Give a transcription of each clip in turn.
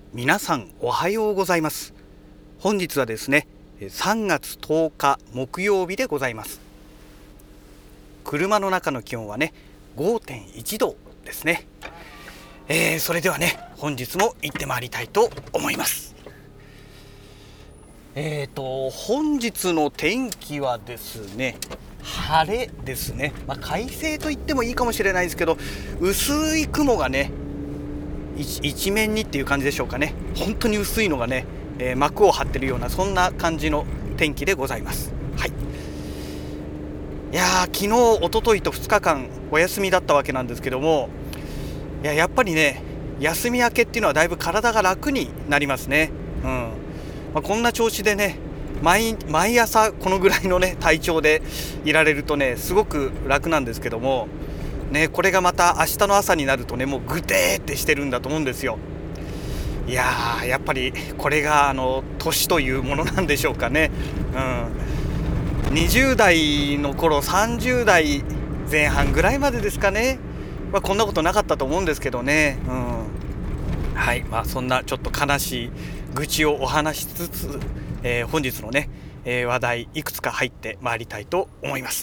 皆さんおはようございます。本日はですね3月10日木曜日でございます。車の中の気温はね 5.1 度ですね。それではね本日も行ってまいりたいと思います。本日の天気はですね晴れですね。快晴と言ってもいいかもしれないですけど、薄い雲がね一面にっていう感じでしょうかね。本当に薄いのがね、膜を張ってるようなそんな感じの天気でございます。はい。いやー、昨日一昨日と2日間お休みだったわけなんですけども、やっぱりね休み明けっていうのはだいぶ体が楽になりますね。こんな調子でね毎朝このぐらいのね体調でいられるとねすごく楽なんですけどもね、これがまた明日の朝になるとねもうぐてーってしてるんだと思うんですよ。やっぱりこれが年というものなんでしょうかね。20代の頃30代前半ぐらいまでですかね、こんなことなかったと思うんですけどね。はい、そんなちょっと悲しい愚痴をお話しつつ、本日のね、話題いくつか入ってまいりたいと思います。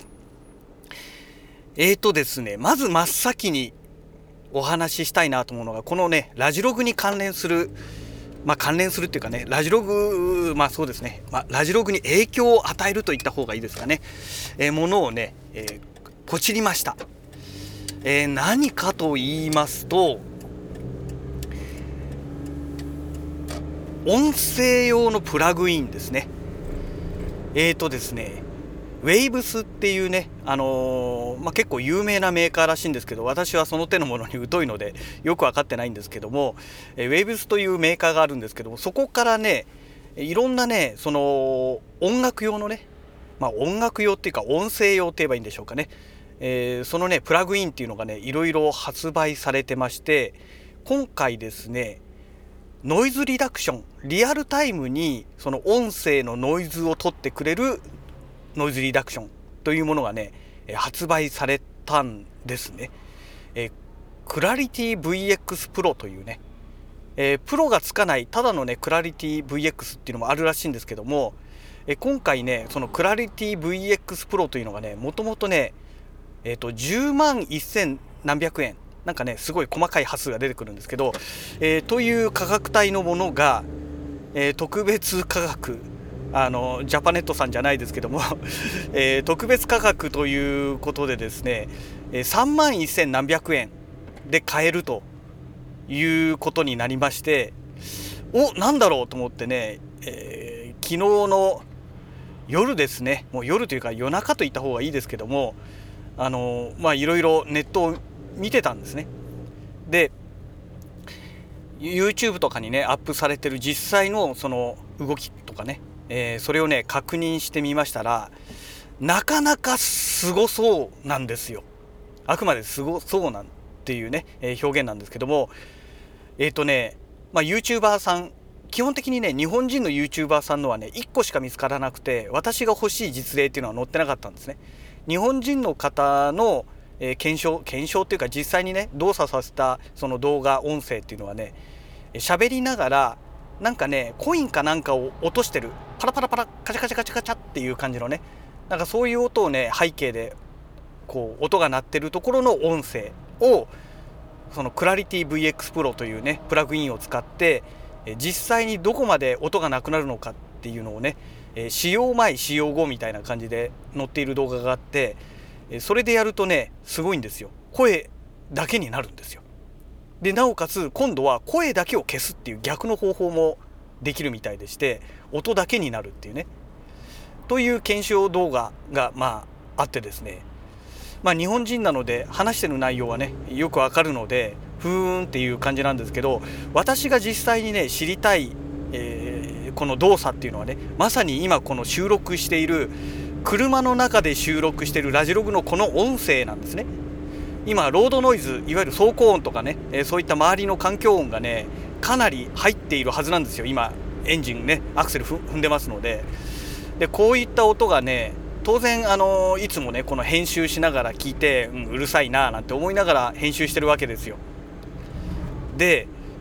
ですね、まず真っ先にお話ししたいなと思うのがこのねラジログに関連するっていうかね、ラジログそうですね、ラジログに影響を与えるといった方がいいですかね、ものをね、ポチりました。何かと言いますと音声用のプラグインですね。ですねWaves っていうね、結構有名なメーカーらしいんですけど、私はその手のものに疎いのでよく分かってないんですけども、Waves というメーカーがあるんですけども、そこからねいろんなねその音楽用のね、音楽用っていうか音声用って言えばいいんでしょうかね、そのねプラグインっていうのがねいろいろ発売されてまして、今回ですねノイズリダクション、リアルタイムにその音声のノイズを取ってくれるノイズリダクションというものがね発売されたんですね。クラリティ VX プロというね、プロがつかないただのねクラリティ VX っていうのもあるらしいんですけども、今回ねそのクラリティ VX プロというのがねもともとね10万1000何百円なんかねすごい細かい端数が出てくるんですけど、という価格帯のものが、特別価格ジャパネットさんじゃないですけども、特別価格ということでですね3万1000何百円で買えるということになりまして、なんだろうと思ってね、昨日の夜ですね、もう夜というか夜中と言った方がいいですけども、いろいろネットを見てたんですね。で YouTube とかにねアップされてる実際のその動きとかね、それをね確認してみましたら、なかなかすごそうなんですよ。あくまですごそうなんていうね、表現なんですけども、YouTuber さん基本的にね日本人の YouTuber さんのはね1個しか見つからなくて、私が欲しい実例っていうのは載ってなかったんですね。日本人の方の、検証っていうか実際にね動作させたその動画音声っていうのはね喋りながらなんかねコインかなんかを落としてる、パラパラパラカチャカチャカチャカチャっていう感じのね、なんかそういう音をね背景でこう音が鳴ってるところの音声をそのクラリティ VX プロというねプラグインを使って実際にどこまで音がなくなるのかっていうのをね使用前使用後みたいな感じで載っている動画があって、それでやるとねすごいんですよ。声だけになるんですよ。でなおかつ今度は声だけを消すっていう逆の方法もできるみたいでして、音だけになるっていうねという検証動画があってですね、日本人なので話してる内容はねよくわかるのでふーんっていう感じなんですけど、私が実際にね知りたい、この動作っていうのはねまさに今この収録している車の中で収録しているラジログのこの音声なんですね。今ロードノイズ、いわゆる走行音とかね、そういった周りの環境音がねかなり入っているはずなんですよ。今エンジンねアクセル踏んでますので、こういった音がね当然いつもねこの編集しながら聞いて、うるさいななんて思いながら編集してるわけですよ。で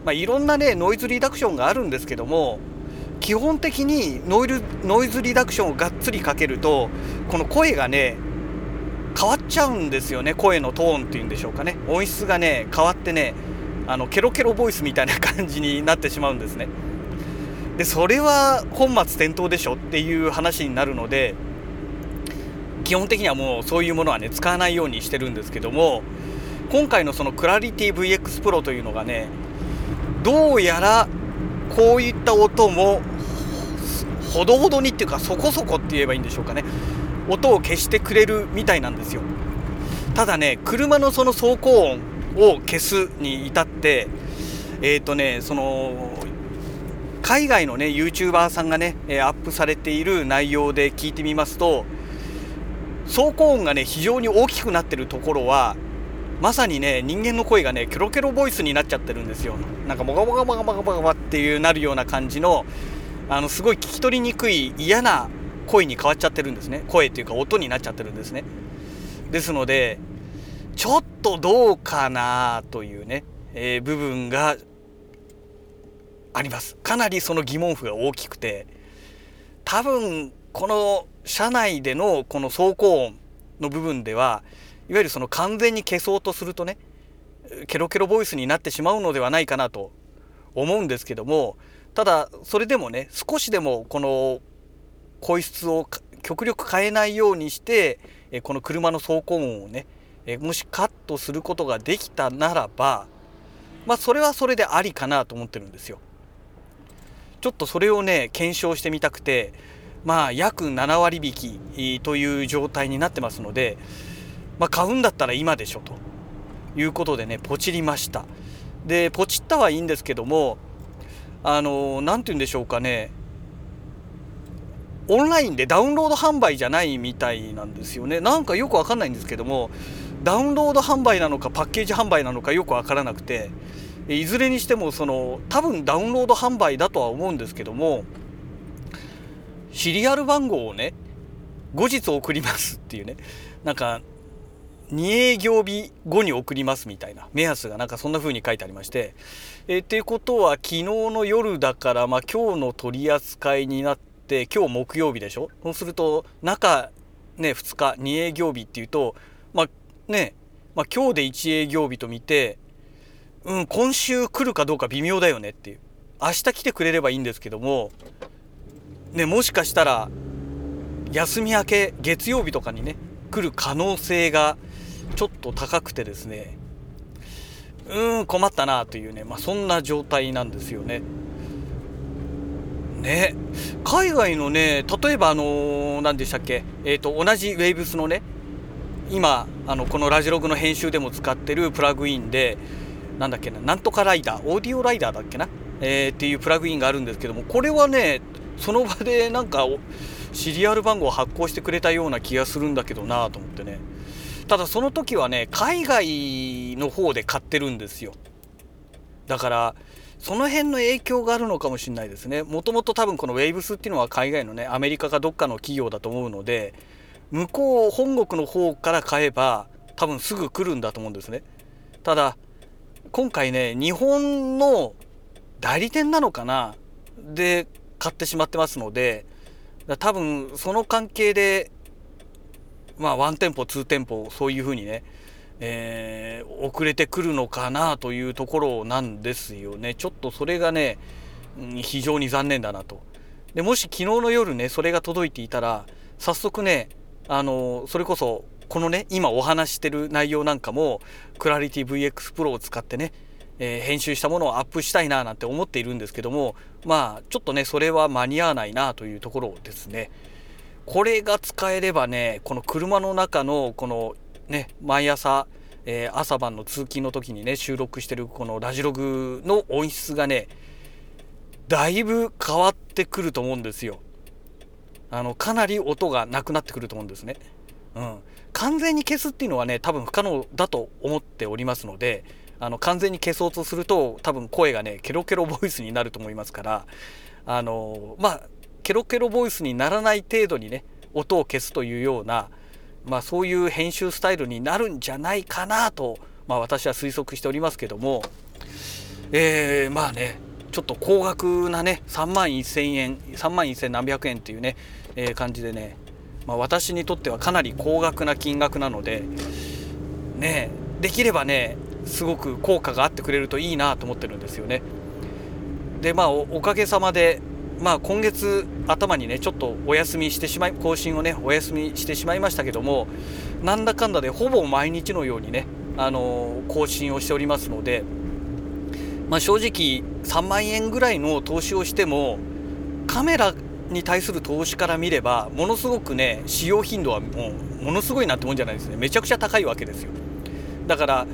いろんなねノイズリダクションがあるんですけども、基本的にノイズリダクションをがっつりかけるとこの声がね変わっちゃうんですよね。声のトーンっていうんでしょうかね、音質がね変わってね、ケロケロボイスみたいな感じになってしまうんですね。でそれは本末転倒でしょっていう話になるので、基本的にはもうそういうものはね使わないようにしてるんですけども、今回のそのクラリティ VX Pro というのがね、どうやらこういった音もほどほどにっていうか、そこそこって言えばいいんでしょうかね、音を消してくれるみたいなんですよ。ただね、車のその走行音を消すに至ってその海外のね YouTuber さんがねアップされている内容で聞いてみますと、走行音がね非常に大きくなってるところはまさにね人間の声がねケロケロボイスになっちゃってるんですよ。なんかモガモガモガモガモガモガっていうなるような感じのすごい聞き取りにくい嫌な声に変わっちゃってるんですね。声っていうか音になっちゃってるんですね。ですのでちょっとどうかなというね、部分があります。かなりその疑問符が大きくて、多分この車内でのこの走行音の部分ではいわゆるその完全に消そうとするとねケロケロボイスになってしまうのではないかなと思うんですけども、ただそれでもね少しでもこの声質を極力変えないようにしてこの車の走行音をねもしカットすることができたならば、それはそれでありかなと思ってるんですよ。ちょっとそれをね検証してみたくて、約7割引きという状態になってますので、買うんだったら今でしょということでねポチりました。でポチったはいいんですけども、なんて言うんでしょうかね、オンラインでダウンロード販売じゃないみたいなんですよね。なんかよくわかんないんですけども、ダウンロード販売なのかパッケージ販売なのかよくわからなくて、いずれにしても多分ダウンロード販売だとは思うんですけども、シリアル番号をね後日送りますっていうね、なんか2営業日後に送りますみたいな目安がなんかそんな風に書いてありまして、っていうことは昨日の夜だから、今日の取り扱いになって今日木曜日でしょ。そうすると中ね2日2営業日っていうと今日で1営業日と見て、今週来るかどうか微妙だよねっていう。明日来てくれればいいんですけどもね、もしかしたら休み明け月曜日とかにね来る可能性がちょっと高くてですね、困ったなというね、そんな状態なんですよね。海外のね、例えば何でしたっけ、同じウェイブスのね今このラジログの編集でも使ってるプラグインでなんだっけな、なんとかライダー、オーディオライダーだっけな、っていうプラグインがあるんですけども、これはねその場でなんかシリアル番号を発行してくれたような気がするんだけどなと思ってね。ただその時はね海外の方で買ってるんですよ。だからその辺の影響があるのかもしれないですね。もともと多分このウェイブスっていうのは海外のねアメリカかどっかの企業だと思うので、向こう本国の方から買えば多分すぐ来るんだと思うんですね。ただ今回ね日本の代理店なのかなで買ってしまってますので、多分その関係で1店舗2店舗そういう風にね、遅れてくるのかなというところなんですよね。ちょっとそれがね、非常に残念だなと。でもし昨日の夜ねそれが届いていたら早速ねそれこそこのね今お話してる内容なんかもクラリティ VX Pro を使ってね、編集したものをアップしたいななんて思っているんですけども、ちょっとねそれは間に合わないなというところですね。これが使えればねこの車の中のこのね毎朝、朝晩の通勤の時にね収録してるこのラジログの音質がねだいぶ変わってくると思うんですよ。かなり音がなくなってくると思うんですね。完全に消すっていうのはね多分不可能だと思っておりますので、完全に消そうとすると多分声がねケロケロボイスになると思いますから、ケロケロボイスにならない程度にね音を消すというような、そういう編集スタイルになるんじゃないかなと、私は推測しておりますけども、 まあねちょっと高額なね3万1000円3万1000何百円っていうね、感じでね、私にとってはかなり高額な金額なのでね、できればねすごく効果があってくれるといいなと思ってるんですよね。でおかげさまで今月頭にねちょっとお休みしてしまい更新をねお休みしてしまいましたけども、なんだかんだでほぼ毎日のようにね更新をしておりますので、正直3万円ぐらいの投資をしてもカメラに対する投資から見ればものすごくね使用頻度はものすごいなってもんじゃないですね。めちゃくちゃ高いわけですよ。だから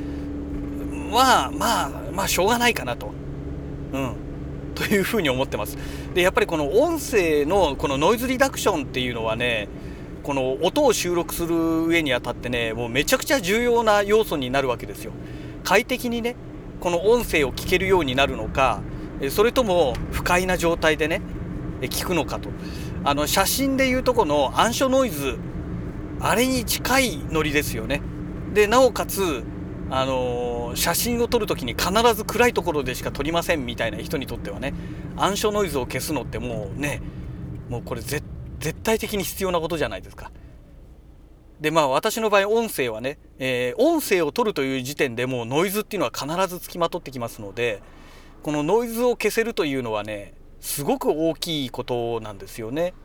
しょうがないかなと、というふうに思ってます。でやっぱりこの音声のこのノイズリダクションっていうのはね、この音を収録する上にあたってねもうめちゃくちゃ重要な要素になるわけですよ。快適にねこの音声を聞けるようになるのか、それとも不快な状態でね聞くのかと。写真でいうとこの暗所ノイズ、あれに近いノリですよね。でなおかつ写真を撮るときに必ず暗いところでしか撮りませんみたいな人にとってはね、暗所ノイズを消すのってもうこれ絶対的に必要なことじゃないですか。で私の場合音声はね、音声を撮るという時点でもうノイズっていうのは必ずつきまとってきますので、このノイズを消せるというのはねすごく大きいことなんですよね。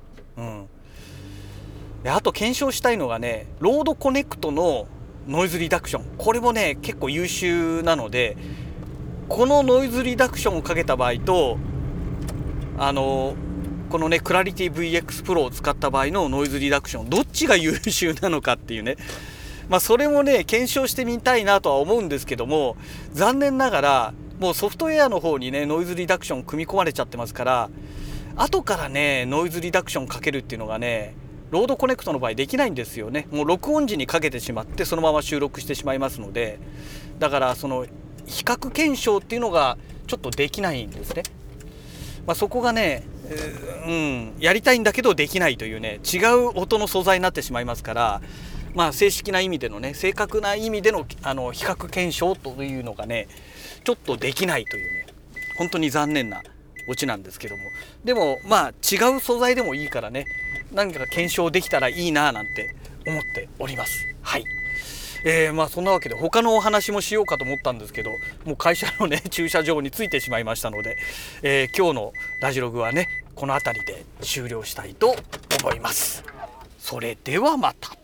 であと検証したいのがねロードコネクトのノイズリダクション、これもね結構優秀なので、このノイズリダクションをかけた場合とこのねクラリティ VX Pro を使った場合のノイズリダクションどっちが優秀なのかっていうね、それもね検証してみたいなとは思うんですけども、残念ながらもうソフトウェアの方にねノイズリダクション組み込まれちゃってますから、後からねノイズリダクションかけるっていうのがねロードコネクトの場合できないんですよね。もう録音時にかけてしまってそのまま収録してしまいますので、だからその比較検証っていうのがちょっとできないんですね。そこがね、やりたいんだけどできないというね違う音の素材になってしまいますから、正式な意味でのね正確な意味での比較検証というのがねちょっとできないというね本当に残念なオチなんですけども、でも違う素材でもいいからね何か検証できたらいいななんて思っております。はい。そんなわけで他のお話もしようかと思ったんですけど、もう会社のね駐車場に着いてしまいましたので、今日のラジログはねこの辺りで終了したいと思います。それではまた。